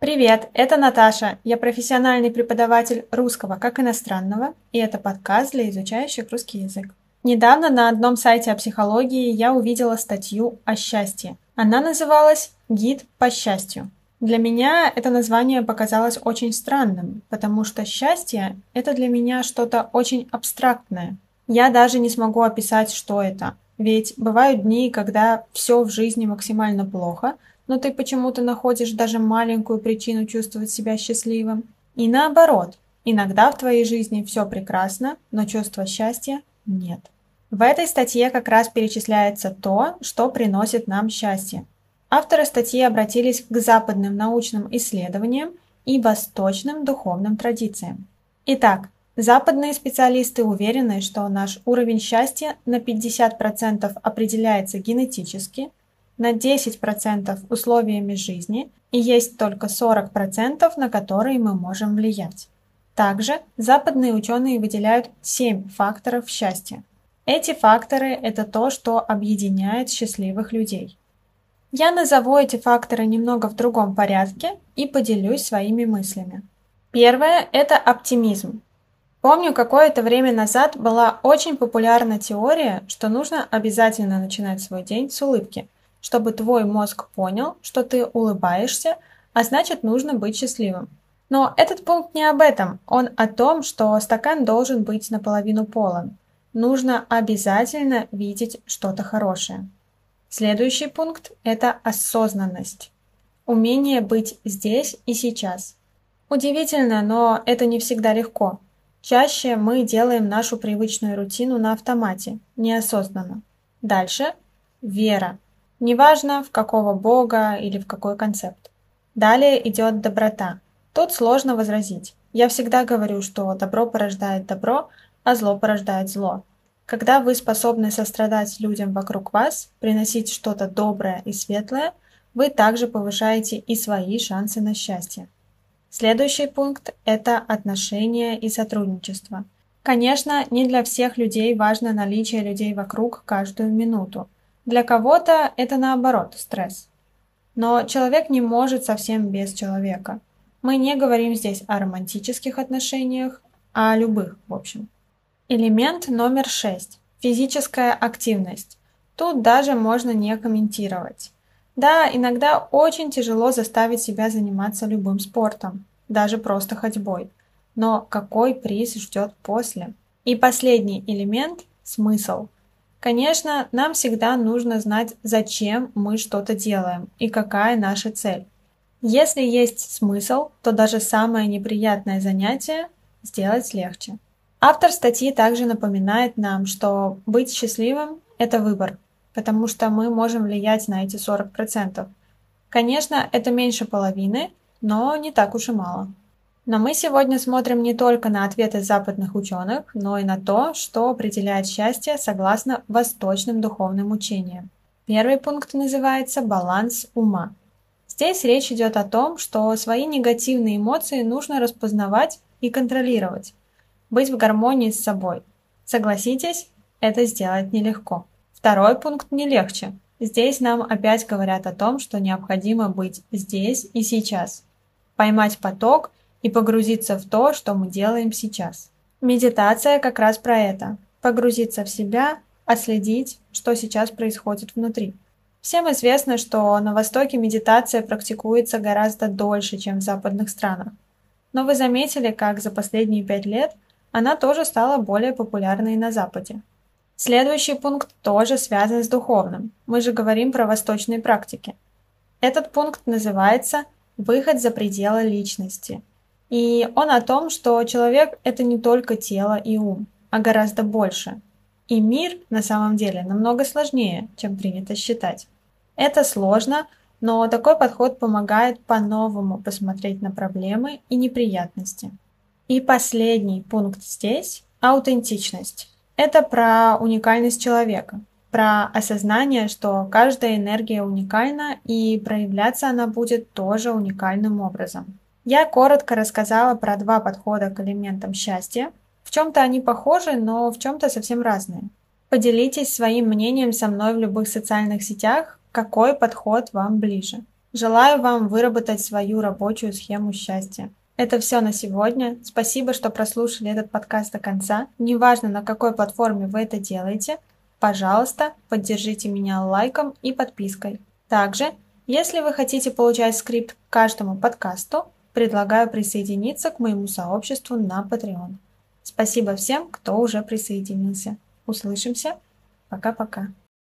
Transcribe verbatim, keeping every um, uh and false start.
Привет, это Наташа. Я профессиональный преподаватель русского как иностранного, и это подкаст для изучающих русский язык. Недавно на одном сайте о психологии я увидела статью о счастье. Она называлась «Гид по счастью». Для меня это название показалось очень странным, потому что счастье – это для меня что-то очень абстрактное. Я даже не смогу описать, что это. Ведь бывают дни, когда все в жизни максимально плохо, но ты почему-то находишь даже маленькую причину чувствовать себя счастливым. И наоборот, иногда в твоей жизни все прекрасно, но чувства счастья нет. В этой статье как раз перечисляется то, что приносит нам счастье. Авторы статьи обратились к западным научным исследованиям и восточным духовным традициям. Итак, западные специалисты уверены, что наш уровень счастья на пятьдесят процентов определяется генетически, на десять процентов условиями жизни и есть только сорок процентов, на которые мы можем влиять. Также западные ученые выделяют семь факторов счастья. Эти факторы – это то, что объединяет счастливых людей. Я назову эти факторы немного в другом порядке и поделюсь своими мыслями. Первое – это оптимизм. Помню, какое-то время назад была очень популярна теория, что нужно обязательно начинать свой день с улыбки, чтобы твой мозг понял, что ты улыбаешься, а значит, нужно быть счастливым. Но этот пункт не об этом, он о том, что стакан должен быть наполовину полон. Нужно обязательно видеть что-то хорошее. Следующий пункт – это осознанность. Умение быть здесь и сейчас. Удивительно, но это не всегда легко. Чаще мы делаем нашу привычную рутину на автомате, неосознанно. Дальше – вера. Неважно, в какого бога или в какой концепт. Далее идет доброта. Тут сложно возразить. Я всегда говорю, что добро порождает добро, а зло порождает зло. Когда вы способны сострадать людям вокруг вас, приносить что-то доброе и светлое, вы также повышаете и свои шансы на счастье. Следующий пункт – это отношения и сотрудничество. Конечно, не для всех людей важно наличие людей вокруг каждую минуту. Для кого-то это наоборот стресс. Но человек не может совсем без человека. Мы не говорим здесь о романтических отношениях, а о любых, в общем. Элемент номер шесть. Физическая активность. Тут даже можно не комментировать. Да, иногда очень тяжело заставить себя заниматься любым спортом, даже просто ходьбой. Но какой приз ждет после? И последний элемент – смысл. Конечно, нам всегда нужно знать, зачем мы что-то делаем и какая наша цель. Если есть смысл, то даже самое неприятное занятие сделать легче. Автор статьи также напоминает нам, что быть счастливым – это выбор, потому что мы можем влиять на эти сорок процентов. Конечно, это меньше половины, но не так уж и мало. Но мы сегодня смотрим не только на ответы западных ученых, но и на то, что определяет счастье согласно восточным духовным учениям. Первый пункт называется «баланс ума». Здесь речь идет о том, что свои негативные эмоции нужно распознавать и контролировать, быть в гармонии с собой. Согласитесь, это сделать нелегко. Второй пункт не легче. Здесь нам опять говорят о том, что необходимо быть здесь и сейчас, поймать поток и погрузиться в то, что мы делаем сейчас. Медитация как раз про это. Погрузиться в себя, отследить, что сейчас происходит внутри. Всем известно, что на Востоке медитация практикуется гораздо дольше, чем в западных странах. Но вы заметили, как за последние пять лет она тоже стала более популярной на Западе. Следующий пункт тоже связан с духовным. Мы же говорим про восточные практики. Этот пункт называется «Выход за пределы личности». И он о том, что человек – это не только тело и ум, а гораздо больше. И мир на самом деле намного сложнее, чем принято считать. Это сложно, но такой подход помогает по-новому посмотреть на проблемы и неприятности. И последний пункт здесь – аутентичность. Это про уникальность человека, про осознание, что каждая энергия уникальна и проявляться она будет тоже уникальным образом. Я коротко рассказала про два подхода к элементам счастья. В чем-то они похожи, но в чем-то совсем разные. Поделитесь своим мнением со мной в любых социальных сетях, какой подход вам ближе. Желаю вам выработать свою рабочую схему счастья. Это все на сегодня. Спасибо, что прослушали этот подкаст до конца. Неважно, на какой платформе вы это делаете, пожалуйста, поддержите меня лайком и подпиской. Также, если вы хотите получать скрипт к каждому подкасту, предлагаю присоединиться к моему сообществу на Patreon. Спасибо всем, кто уже присоединился. Услышимся. Пока-пока.